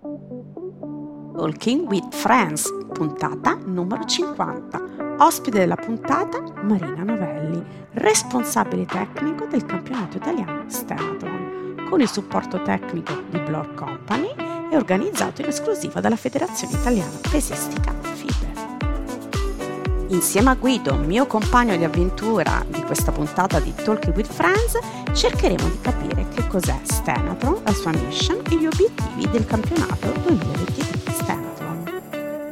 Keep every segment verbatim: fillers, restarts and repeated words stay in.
Talking with Friends, puntata numero cinquanta. Ospite della puntata Marina Novelli, responsabile tecnico del campionato italiano Stenathlon, con il supporto tecnico di Bloor Company e organizzato in esclusiva dalla Federazione Italiana Pesistica FIPE. Insieme a Guido, mio compagno di avventura di questa puntata di Talking with Friends, cercheremo di capire che cos'è Stenathlon, la sua mission e gli obiettivi del campionato duemilaventitré Stenathlon.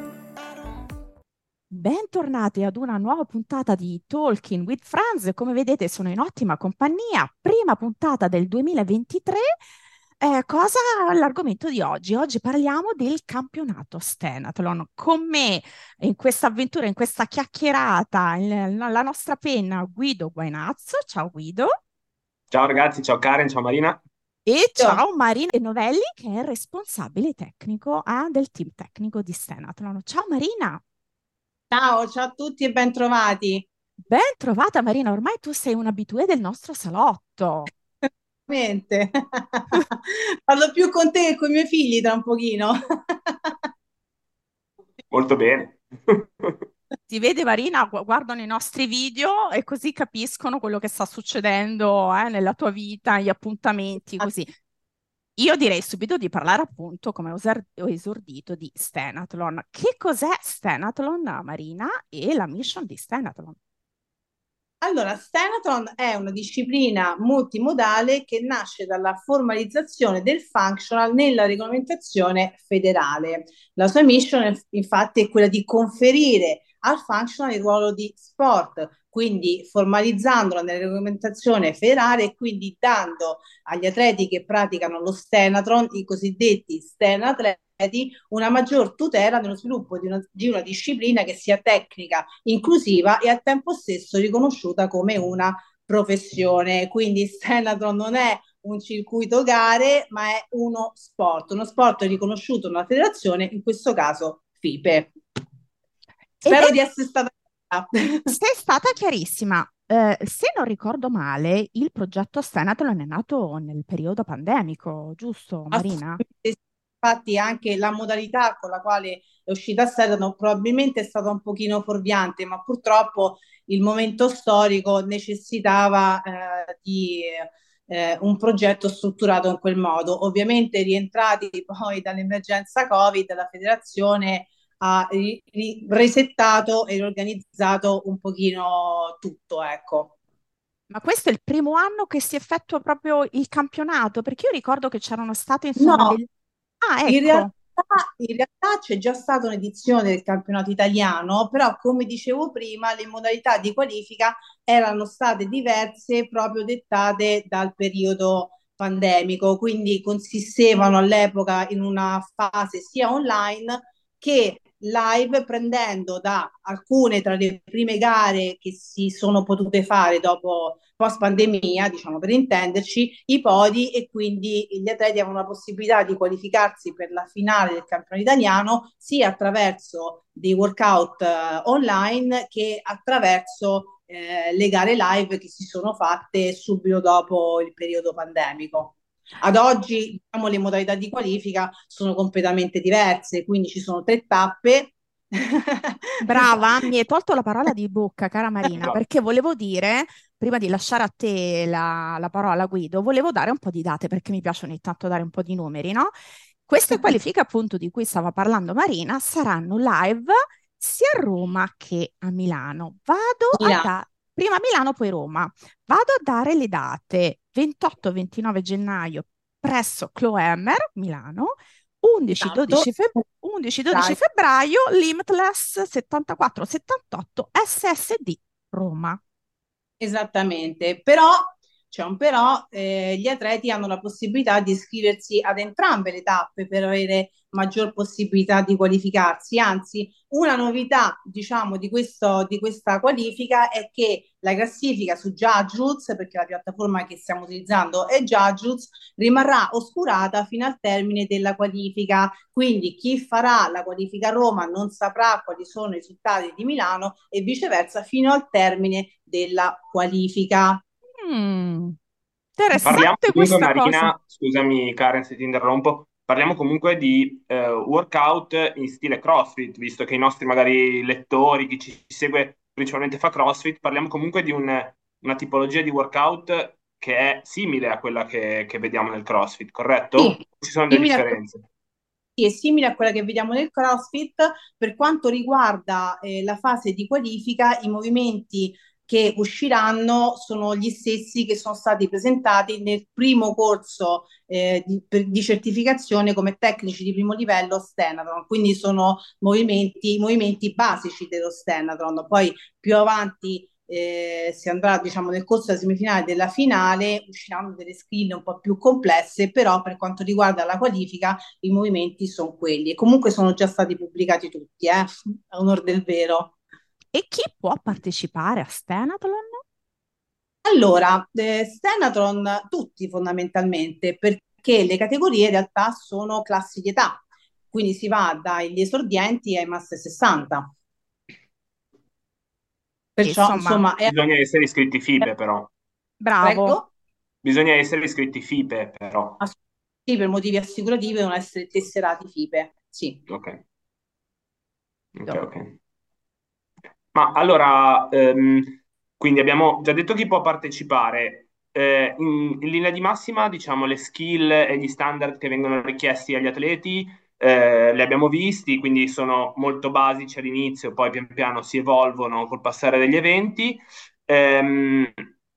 Bentornati ad una nuova puntata di Talking with Friends. Come vedete sono in ottima compagnia, prima puntata del duemilaventitré. Eh, cosa l'argomento di oggi? Oggi parliamo del campionato Stenathlon. Con me in questa avventura, in questa chiacchierata, il- la nostra penna Guido Guainazzo. Ciao Guido. Ciao ragazzi, ciao Karen, ciao Marina. E Io. ciao Marina Novelli, che è il responsabile tecnico ah, del team tecnico di Stenathlon. Ciao Marina. Ciao, ciao a tutti e ben trovati. Ben trovata Marina, ormai tu sei un'abituée del nostro salotto. Veramente. Parlo più con te che con i miei figli tra un pochino. Molto bene. Si vede Marina, gu- guardano i nostri video e così capiscono quello che sta succedendo eh, nella tua vita, gli appuntamenti, così. Io direi subito di parlare appunto, come ho esar- ho esordito, di Stenathlon. Che cos'è Stenathlon, Marina, e la mission di Stenathlon? Allora, Stenatron è una disciplina multimodale che nasce dalla formalizzazione del functional nella regolamentazione federale. La sua mission, è- infatti, è quella di conferire al functional il ruolo di sport, quindi formalizzandolo nella regolamentazione federale e quindi dando agli atleti che praticano lo Stenatron, i cosiddetti Stenatleti, una maggior tutela nello sviluppo di una, di una disciplina che sia tecnica, inclusiva e al tempo stesso riconosciuta come una professione. Quindi Stenatron non è un circuito gare, ma è uno sport, uno sport riconosciuto nella federazione, in questo caso FIPE. Ed Spero è, di essere stata chiara. sei stata chiarissima. Eh, se non ricordo male, il progetto Stenathlon è nato nel periodo pandemico, giusto, Marina? Assolutamente sì. Infatti anche la modalità con la quale è uscita Stefano probabilmente è stata un pochino fuorviante, ma purtroppo il momento storico necessitava eh, di eh, un progetto strutturato in quel modo. Ovviamente rientrati poi dall'emergenza Covid, la federazione ha ri- ri- resettato e riorganizzato un pochino tutto, ecco. Ma questo è il primo anno che si effettua proprio il campionato, perché io ricordo che c'erano state, insomma, No, delle... Ah, In realtà, ecco. in realtà c'è già stata un'edizione del campionato italiano, però come dicevo prima, le modalità di qualifica erano state diverse proprio dettate dal periodo pandemico, quindi consistevano all'epoca in una fase sia online che live, prendendo da alcune tra le prime gare che si sono potute fare dopo post pandemia, diciamo per intenderci, i podi e quindi gli atleti avevano la possibilità di qualificarsi per la finale del campionato italiano sia attraverso dei workout eh, online che attraverso eh, le gare live che si sono fatte subito dopo il periodo pandemico. Ad oggi, diciamo, le modalità di qualifica sono completamente diverse, quindi ci sono tre tappe. Brava, mi hai tolto la parola di bocca, cara Marina, No. perché volevo dire, prima di lasciare a te la, la parola, Guido, volevo dare un po' di date, perché mi piace ogni tanto dare un po' di numeri, no? Queste qualifiche, appunto, di cui stava parlando Marina, saranno live sia a Roma che a Milano. Vado a Milano. dare, prima a Milano, poi Roma. Vado a dare le date ventotto ventinove gennaio presso Cloemer, Milano, Esatto. undici dodici febbraio. undici dodici Dai. febbraio, Limitless settantaquattro settantotto S S D Roma. Esattamente, però c'è un però, eh, gli atleti hanno la possibilità di iscriversi ad entrambe le tappe per avere maggior possibilità di qualificarsi. Anzi, una novità, diciamo, di questo, di questa qualifica è che la classifica su Judge, perché la piattaforma che stiamo utilizzando è Judge, rimarrà oscurata fino al termine della qualifica. Quindi chi farà la qualifica a Roma non saprà quali sono i risultati di Milano e viceversa fino al termine della qualifica. Mm, Parliamo interessante dunque, questa cosa. Marina, scusami Karen se ti interrompo, parliamo comunque di eh, workout in stile CrossFit, visto che i nostri magari lettori, chi ci segue principalmente fa CrossFit, parliamo comunque di un- una tipologia di workout che è simile a quella che, che vediamo nel CrossFit, Sì, corretto? Ci sono delle simile a differenze? sì, è simile a quella che vediamo nel CrossFit. Per quanto riguarda eh, la fase di qualifica, i movimenti che usciranno sono gli stessi che sono stati presentati nel primo corso eh, di, per- di certificazione come tecnici di primo livello Stenatron, quindi sono movimenti, movimenti basici dello Stenatron. Poi più avanti eh, si andrà, diciamo, nel corso della semifinale e della finale, usciranno delle skill un po' più complesse, però per quanto riguarda la qualifica i movimenti sono quelli e comunque sono già stati pubblicati tutti, eh, a onor del vero. E chi può partecipare a Stenathlon? Allora, eh, Stenatron tutti fondamentalmente, perché le categorie in realtà sono classi di età, quindi si va dagli esordienti ai master sessanta. Perciò, Insomma, insomma, è... Bisogna essere iscritti FIPE però. bravo. Prego? Bisogna essere iscritti FIPE però. Ass- Sì, per motivi assicurativi devono essere tesserati FIPE, sì. Ok, ok, ok. Ma allora, ehm, quindi abbiamo già detto chi può partecipare. Eh, in, in linea di massima, diciamo, le skill e gli standard che vengono richiesti agli atleti, eh, li abbiamo visti, quindi sono molto basici all'inizio, poi pian piano si evolvono col passare degli eventi. Ehm,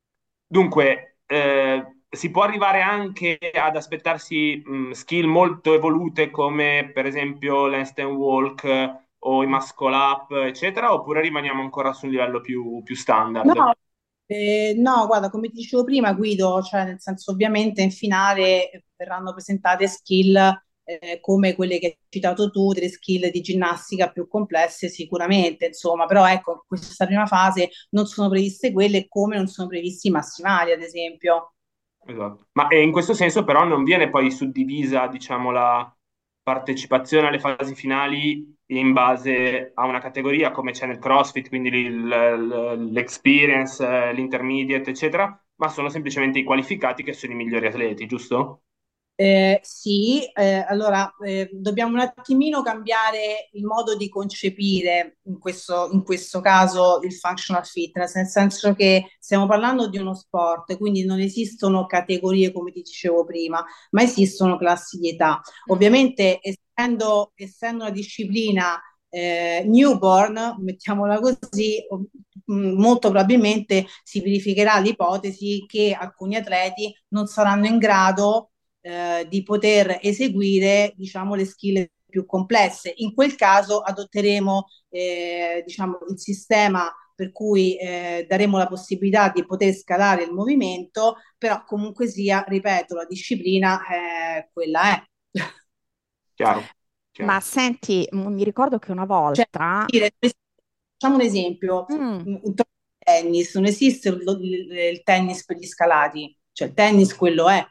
dunque, eh, si può arrivare anche ad aspettarsi mh, skill molto evolute come per esempio l'handstand walk eh, o i muscle up, eccetera, oppure rimaniamo ancora su un livello più, più No, standard? eh, no, guarda, come ti dicevo prima, Guido, cioè nel senso ovviamente in finale eh, verranno presentate skill eh, come quelle che hai citato tu, delle skill di ginnastica più complesse sicuramente, insomma, però ecco, in questa prima fase non sono previste quelle come non sono previsti i massimali, ad esempio. Esatto. Ma eh, in questo senso però non viene poi suddivisa, diciamo, la partecipazione alle fasi finali in base a una categoria come c'è nel CrossFit, quindi il- l- l'experience, eh, l'intermediate, eccetera, ma sono semplicemente i qualificati che sono i migliori atleti, giusto? Eh, sì, eh, allora eh, dobbiamo un attimino cambiare il modo di concepire in questo, in questo caso il functional fitness, nel senso che stiamo parlando di uno sport, quindi non esistono categorie come ti dicevo prima, ma esistono classi di età. Mm. Ovviamente, essendo, essendo una disciplina eh, newborn, mettiamola così, o- mh, molto probabilmente si verificherà l'ipotesi che alcuni atleti non saranno in grado eh, di poter eseguire, diciamo, le skill più complesse. In quel caso adotteremo, eh, diciamo, il sistema per cui eh, daremo la possibilità di poter scalare il movimento, però comunque sia, ripeto, la disciplina eh, quella è. Chiaro, Ma chiaro. senti, m- mi ricordo che una Cioè, volta... dire, facciamo un esempio, Mm, un un tennis, non esiste il, il- il tennis per gli scalati, cioè il tennis quello è,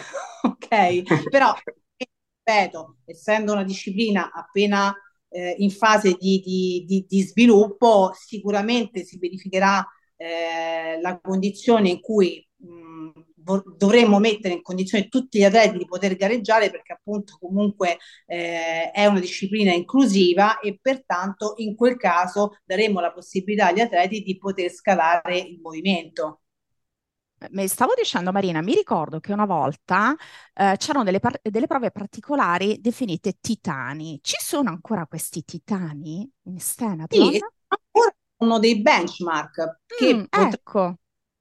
ok? Però, ripeto, essendo una disciplina appena eh, in fase di, di- di- di sviluppo, sicuramente si verificherà eh, la condizione in cui mh, vo- dovremmo mettere in condizione tutti gli atleti di poter gareggiare perché appunto comunque eh, è una disciplina inclusiva e pertanto in quel caso daremo la possibilità agli atleti di poter scalare il movimento. mi stavo dicendo, Marina, mi ricordo che una volta eh, c'erano delle, par- delle prove particolari definite titani. Ci sono ancora questi titani in Sì, Stenathlon? e ancora sono dei benchmark Mm, che potrebbero. ecco.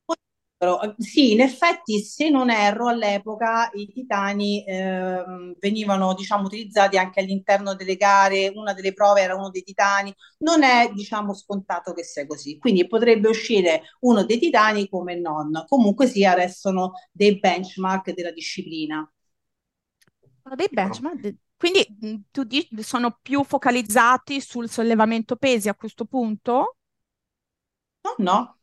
Sì, in effetti, se non erro, all'epoca i titani ehm, venivano, diciamo, utilizzati anche all'interno delle gare. Una delle prove era uno dei titani. Non è, diciamo, scontato che sia così. Quindi potrebbe uscire uno dei titani come non. Comunque sia, restano dei benchmark della disciplina. Sono dei Chiaro. benchmark. de- Quindi mh, tu dici sono più focalizzati sul sollevamento pesi a questo punto? No, no.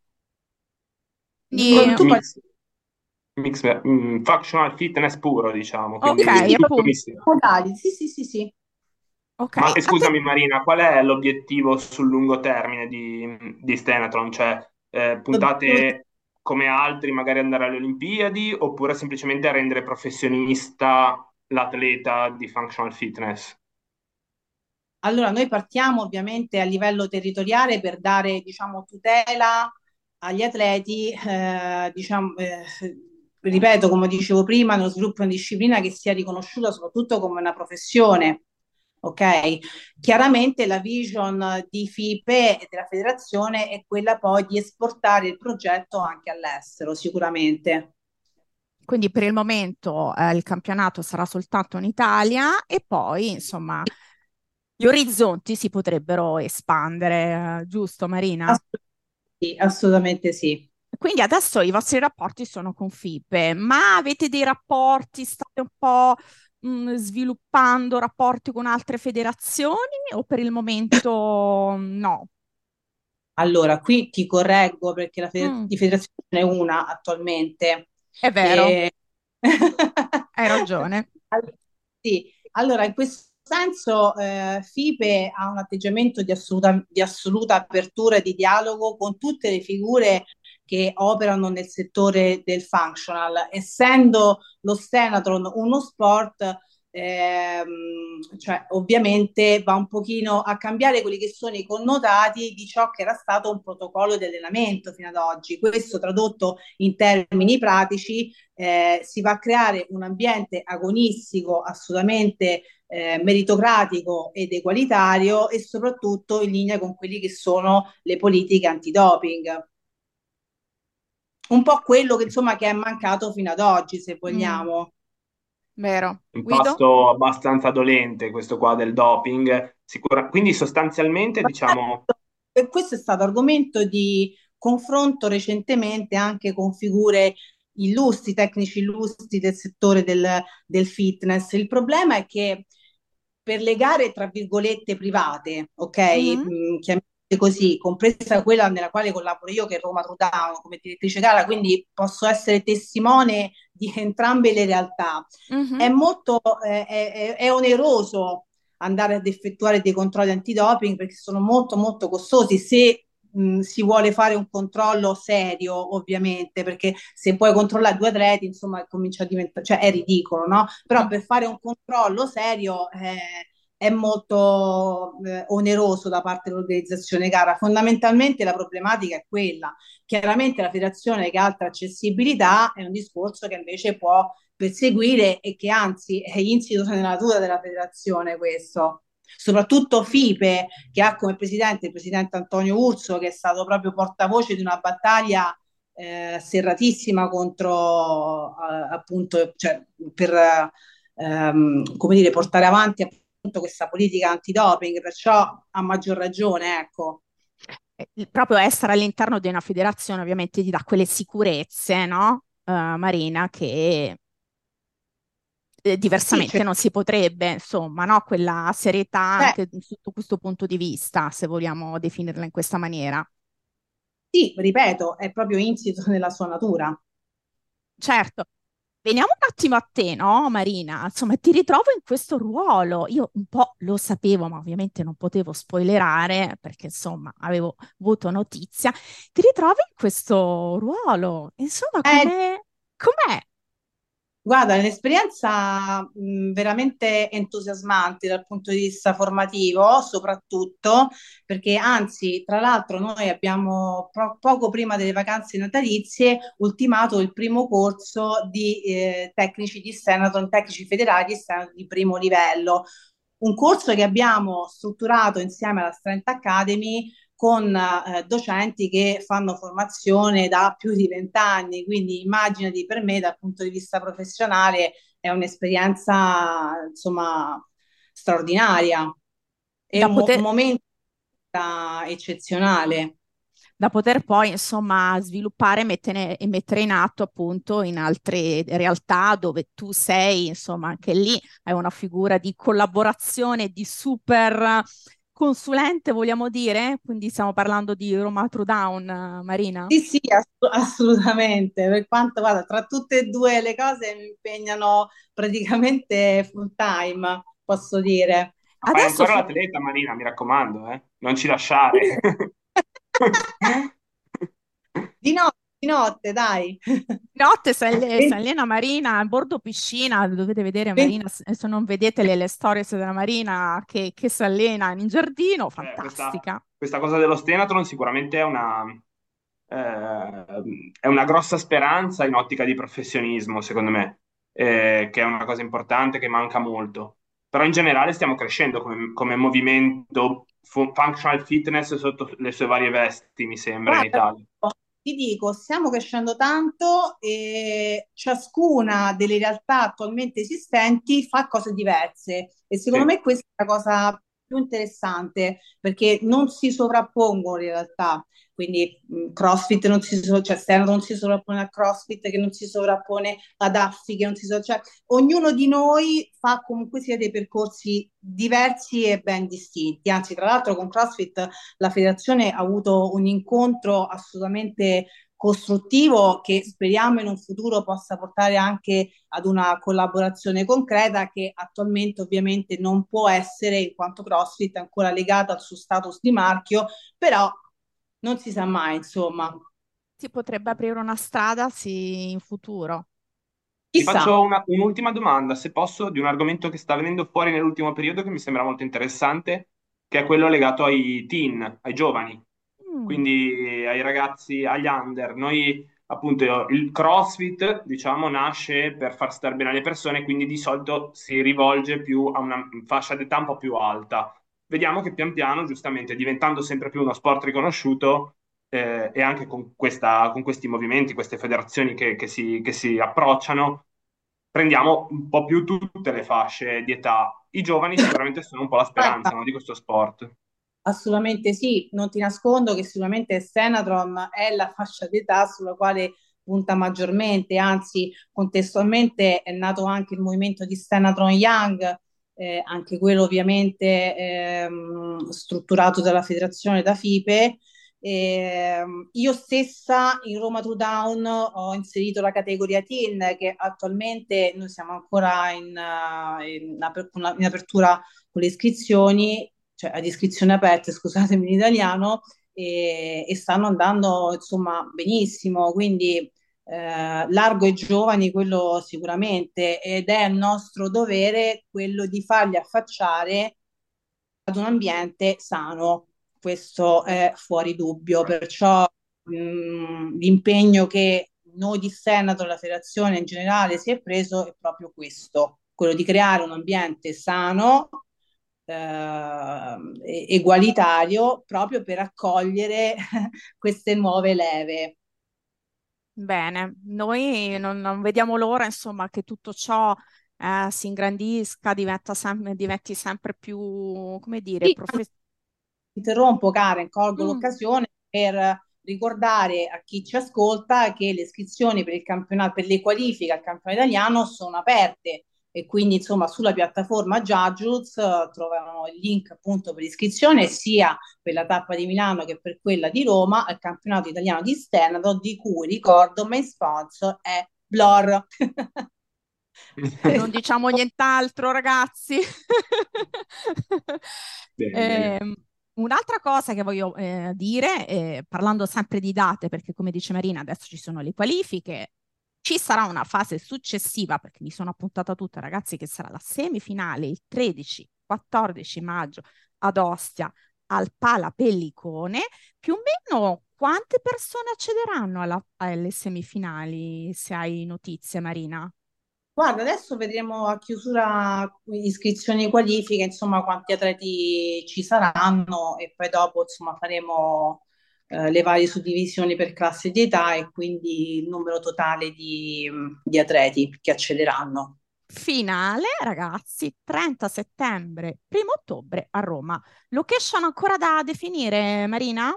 Quindi, Non- Quindi tu parli mix, mix mm, functional fitness puro, diciamo, ok, sì, quindi sì, tutto appunto. misto. modali. Sì, sì, sì, sì. Ok, Ma eh, a te... scusami Marina, qual è l'obiettivo sul lungo termine di, di Stenatron? Cioè, eh, L'obiettivo di- puntate come altri magari andare alle Olimpiadi oppure semplicemente a rendere professionista l'atleta di functional fitness? Allora, noi partiamo ovviamente a livello territoriale per dare, diciamo, tutela agli atleti, eh, diciamo, eh, ripeto, come dicevo prima, nello sviluppo di una disciplina che sia riconosciuta soprattutto come una professione. Ok? Chiaramente la vision di FIPE e della federazione è quella poi di esportare il progetto anche all'estero, sicuramente. Quindi per il momento eh, il campionato sarà soltanto in Italia e poi, insomma, gli orizzonti si potrebbero espandere, eh, giusto Marina? Assolutamente sì, assolutamente sì. Quindi adesso i vostri rapporti sono con FIPE, ma avete dei rapporti, state un po' mh, sviluppando rapporti con altre federazioni o per il momento no? Allora, qui ti correggo perché la fede- Mm, di federazione è una attualmente. è vero, E... hai ragione. All- Sì, allora in questo senso eh, FIPE ha un atteggiamento di assoluta, di assoluta apertura e di dialogo con tutte le figure che operano nel settore del functional, essendo lo Stenatron uno sport ehm, cioè ovviamente va un pochino a cambiare quelli che sono i connotati di ciò che era stato un protocollo di allenamento fino ad oggi. Questo tradotto in termini pratici, eh, si va a creare un ambiente agonistico assolutamente eh, meritocratico ed egualitario e soprattutto in linea con quelle che sono le politiche antidoping. Un po' quello che insomma che è mancato fino ad oggi, se Mm, vogliamo. vero. Un Guido? pasto abbastanza dolente questo qua del doping. Sicura- Quindi sostanzialmente, Ma diciamo, certo, e questo è stato argomento di confronto recentemente anche con figure illustri, tecnici illustri del settore del, del fitness. Il problema è che per le gare, tra virgolette, private, ok, Mhm. mh, chiamiamole così, compresa quella nella quale collaboro io, che è Roma Trudano, come direttrice gara, quindi posso essere testimone di entrambe le realtà. È Mhm. molto eh, è, è- è oneroso andare ad effettuare dei controlli antidoping perché sono molto molto costosi se mh, si vuole fare un controllo serio, ovviamente, perché se puoi controllare due atleti, insomma, comincia a diventare, cioè è ridicolo, no? Però per fare un controllo serio eh, è molto eh, oneroso da parte dell'organizzazione gara. Fondamentalmente la problematica è quella. Chiaramente la federazione che ha alta accessibilità è un discorso che invece può perseguire e che anzi è insito nella natura della federazione questo. Soprattutto FIPE, che ha come presidente il presidente Antonio Urso, che è stato proprio portavoce di una battaglia eh, serratissima contro eh, appunto, cioè, per ehm, come dire, portare avanti appunto questa politica antidoping, perciò a maggior ragione, ecco. Eh, il- proprio essere all'interno di una federazione ovviamente ti dà quelle sicurezze, no? Eh, Marina, che eh, Sì, cioè, diversamente non si potrebbe, insomma, no? Quella serietà cioè, anche sotto questo punto di vista, se vogliamo definirla in questa maniera. sì, ripeto, è proprio insito nella sua natura. Certo, veniamo un attimo a te, no, Marina? Insomma, ti ritrovo in questo ruolo. Io un po' lo sapevo, ma ovviamente non potevo spoilerare perché, insomma, avevo avuto notizia. Ti ritrovi in questo ruolo. Insomma, Eh, com'è? Com'è? Guarda, è un'esperienza mh, veramente entusiasmante dal punto di vista formativo, soprattutto perché, anzi, tra l'altro, noi abbiamo pro- poco prima delle vacanze natalizie ultimato il primo corso di eh, tecnici di Senaton, tecnici federali di Senaton di primo livello. Un corso che abbiamo strutturato insieme alla Strength Academy con eh, docenti che fanno formazione da più di vent'anni, quindi immaginati per me dal punto di vista professionale è un'esperienza insomma straordinaria e Da un, mo- un poter, momento eh, eccezionale. da poter poi, insomma, sviluppare e mettere, e mettere in atto appunto in altre realtà dove tu sei, insomma, anche lì hai una figura di collaborazione, di super consulente, vogliamo dire? Quindi stiamo parlando di Roma True Down, eh, Marina? Sì, sì, ass- assolutamente. Per quanto, guarda, tra tutte e due le cose mi impegnano praticamente full time, posso dire. Ma fai Adesso ancora fu- l'atleta, Marina, mi raccomando, eh? Non ci lasciare. Di no, di notte, dai. Notte si alle- si venti allena Marina a bordo piscina, dovete vedere venti Marina, se se non vedete le, le stories della Marina che, che si allena in giardino, Eh, questa, fantastica. questa cosa dello Stenatron sicuramente è una, eh, è una grossa speranza in ottica di professionismo, secondo me, eh, che è una cosa importante che manca molto. Però in generale stiamo crescendo come, come movimento fu- functional fitness sotto le sue varie vesti, mi sembra, in Guarda, Italia. ti dico, stiamo crescendo tanto e ciascuna delle realtà attualmente esistenti fa cose diverse e secondo Sì. me questa è la cosa più interessante perché non si sovrappongono in realtà. Quindi mh, CrossFit non si, so- cioè Stand non si sovrappone a CrossFit che non si sovrappone ad Affi che non si so- cioè ognuno di noi fa comunque sia dei percorsi diversi e ben distinti. Anzi, tra l'altro con CrossFit la federazione ha avuto un incontro assolutamente costruttivo che speriamo in un futuro possa portare anche ad una collaborazione concreta che attualmente ovviamente non può essere in quanto CrossFit è ancora legata al suo status di marchio, però non si sa mai, insomma. Si potrebbe aprire una strada, sì, in futuro. Ti Chissà. faccio una- un'ultima domanda, se posso, di un argomento che sta venendo fuori nell'ultimo periodo che mi sembra molto interessante, che è quello legato ai teen, ai giovani, Mm. quindi ai ragazzi, agli under. Noi, appunto, il CrossFit, diciamo, nasce per far stare bene alle persone, quindi di solito si rivolge più a una fascia d'età un po' più alta. Vediamo che pian piano, giustamente, diventando sempre più uno sport riconosciuto, eh, e anche con questa- con questi movimenti, queste federazioni che, che si, che si approcciano, prendiamo un po' più tutte le fasce di età. I giovani sicuramente sono un po' la Guarda, speranza, no, di questo sport. assolutamente sì, non ti nascondo che sicuramente il Senatron è la fascia d'età sulla quale punta maggiormente, anzi contestualmente è nato anche il movimento di Senatron Young, eh, anche quello ovviamente ehm, strutturato dalla federazione da FIPE. Ehm, io stessa in Roma to Down ho inserito la categoria Teen che attualmente noi siamo ancora in, eh, in aper- in apertura con le iscrizioni cioè ad iscrizioni aperte, scusatemi in italiano, e, e stanno andando insomma benissimo, quindi eh, largo ai giovani quello sicuramente ed è nostro dovere quello di farli affacciare ad un ambiente sano, questo è fuori dubbio, perciò mh, l'impegno che noi di Senato, la federazione in generale si è preso è proprio questo, quello di creare un ambiente sano eh, egualitario proprio per accogliere queste nuove leve. Bene, noi non, non vediamo l'ora, insomma, che tutto ciò eh, si ingrandisca, diventa sem- diventi sempre più, come dire, Sì, professionale. interrompo Karen, colgo l'occasione per ricordare a chi ci ascolta che le iscrizioni per il campionato, per le qualifiche al campionato italiano sono aperte e quindi insomma sulla piattaforma Judges eh, trovano il link appunto per iscrizione sia per la tappa di Milano che per quella di Roma al campionato italiano di Steno di cui ricordo main sponsor è Blor. Non diciamo nient'altro, ragazzi. Bene, bene. Ehm, un'altra cosa che voglio eh, dire, eh, parlando sempre di date, perché come dice Marina, adesso ci sono le qualifiche, ci sarà una fase successiva, perché mi sono appuntata tutta, ragazzi, che sarà la semifinale il tredici quattordici maggio ad Ostia al Pala Pellicone. Più o meno quante persone accederanno alla- alle semifinali, se hai notizie, Marina? Guarda, adesso vedremo a chiusura iscrizioni e qualifiche, insomma, quanti atleti ci saranno e poi dopo, insomma, faremo eh, le varie suddivisioni per classe di età e quindi il numero totale di, di atleti che accederanno. Finale, ragazzi, trenta settembre, primo ottobre a Roma. Location ancora da definire, Marina?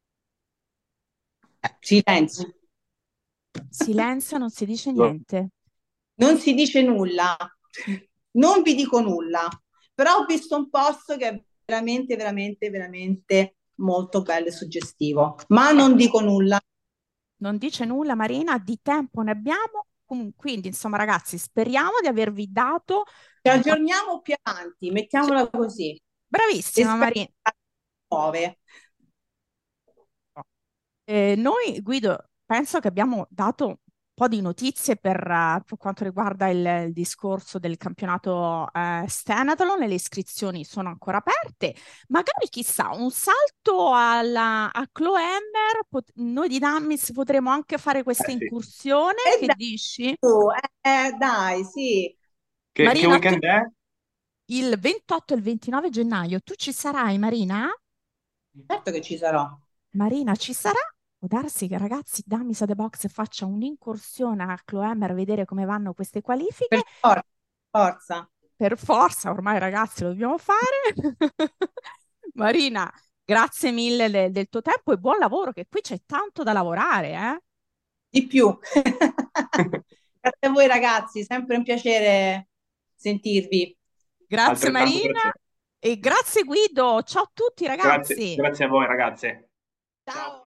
Silenzio. Silenzio, non si dice Lo- niente. Non si dice nulla, non vi dico nulla, però ho visto un post che è veramente, veramente, veramente molto bello e suggestivo, ma non dico nulla. Non dice nulla, Marina, di tempo ne abbiamo. Com- Quindi, insomma, ragazzi, speriamo di avervi dato. Ci da- aggiorniamo più avanti, Sì, mettiamola così. E bravissima, spero Marina. nuove. Eh, noi, Guido, penso che abbiamo dato un po' di notizie per, eh, per quanto riguarda il, il discorso del campionato eh, Stenathlon, e le iscrizioni sono ancora aperte. Magari chissà, un salto alla, a Cloemmer, pot- noi di Dammis potremo anche fare questa Eh sì. incursione, E che dai, dici? tu, eh, eh, dai, sì. Che, che Marina, tu weekend è? il ventotto e il ventinove gennaio, tu ci sarai, Marina? Certo che ci sarò. Marina ci sarà? Può darsi che ragazzi Damisa The Box faccia un'incursione a Cloemer a vedere come vanno queste qualifiche. Per forza, forza. Per forza, ormai ragazzi lo dobbiamo fare. Marina, grazie mille de- del tuo tempo e buon lavoro, che qui c'è tanto da lavorare, eh? Di più. Grazie a voi ragazzi, sempre un piacere sentirvi. Grazie Altrettanto Marina piacere. e grazie Guido. Ciao a tutti Grazie, ragazzi. grazie a voi ragazze. Ciao.